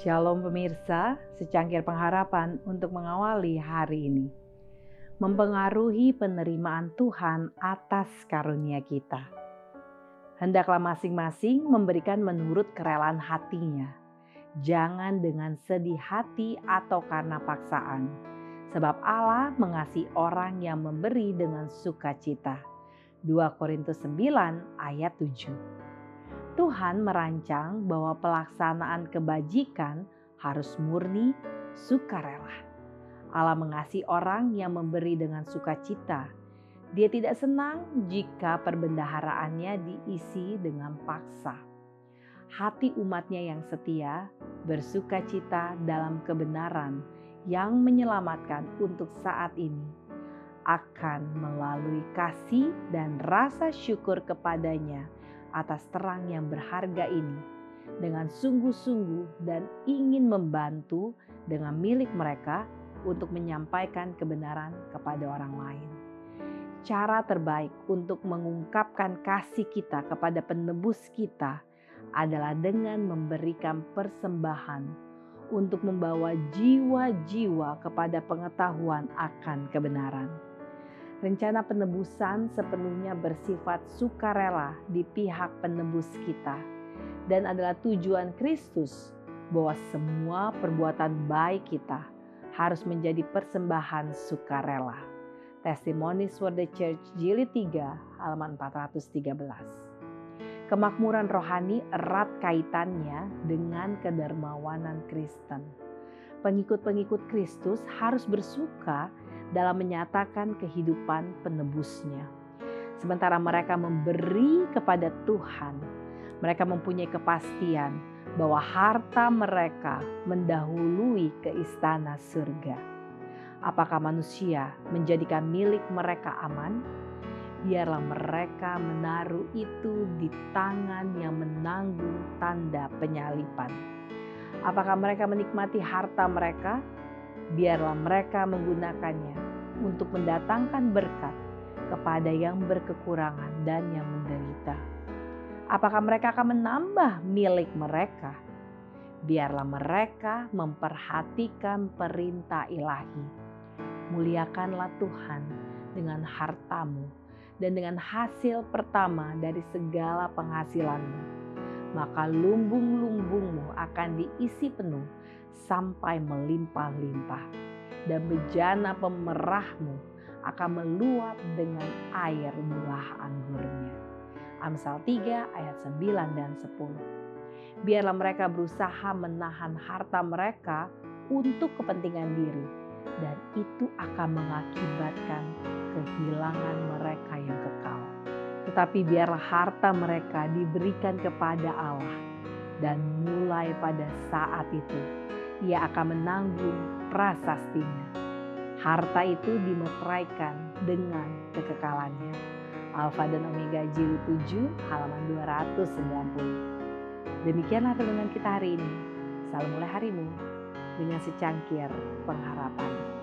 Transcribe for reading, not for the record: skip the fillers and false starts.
Shalom pemirsa, secangkir pengharapan untuk mengawali hari ini. Mempengaruhi penerimaan Tuhan atas karunia kita. Hendaklah masing-masing memberikan menurut kerelaan hatinya. Jangan dengan sedih hati atau karena paksaan. Sebab Allah mengasihi orang yang memberi dengan sukacita. 2 Korintus 9 ayat 7. Tuhan merancang bahwa pelaksanaan kebajikan harus murni sukarela. Allah mengasihi orang yang memberi dengan sukacita. Dia tidak senang jika perbendaharaannya diisi dengan paksa. Hati umatnya yang setia bersukacita dalam kebenaran yang menyelamatkan untuk saat ini akan melalui kasih dan rasa syukur kepadanya atas terang yang berharga ini dengan sungguh-sungguh dan ingin membantu dengan milik mereka untuk menyampaikan kebenaran kepada orang lain. Cara terbaik untuk mengungkapkan kasih kita kepada penebus kita adalah dengan memberikan persembahan untuk membawa jiwa-jiwa kepada pengetahuan akan kebenaran. Rencana penebusan sepenuhnya bersifat sukarela di pihak penebus kita dan adalah tujuan Kristus bahwa semua perbuatan baik kita harus menjadi persembahan sukarela. Testimonies for the Church Jilid 3 halaman 413. Kemakmuran rohani erat kaitannya dengan kedermawanan Kristen. Pengikut-pengikut Kristus harus bersuka dalam menyatakan kehidupan penebusnya. Sementara mereka memberi kepada Tuhan, mereka mempunyai kepastian bahwa harta mereka mendahului ke istana surga. Apakah manusia menjadikan milik mereka aman? Biarlah mereka menaruh itu di tangan yang menanggung tanda penyalipan. Apakah mereka menikmati harta mereka? Biarlah mereka menggunakannya untuk mendatangkan berkat kepada yang berkekurangan dan yang menderita. Apakah mereka akan menambah milik mereka? Biarlah mereka memperhatikan perintah ilahi. Muliakanlah Tuhan dengan hartamu dan dengan hasil pertama dari segala penghasilanmu. Maka lumbung-lumbungmu akan diisi penuh sampai melimpah-limpah, dan bejana pemerahmu akan meluap dengan air buah anggurnya. Amsal 3 ayat 9 dan 10. Biarlah mereka berusaha menahan harta mereka untuk kepentingan diri, dan itu akan mengakibatkan kehilangan mereka yang kekal. Tetapi biarlah harta mereka diberikan kepada Allah, dan mulai pada saat itu ia akan menanggung prasastinya. Harta itu dimeteraikan dengan kekekalannya. Alfa dan Omega Jilid 7 halaman 290. Demikianlah renungan kita hari ini. Selalu mulai harimu dengan secangkir pengharapan.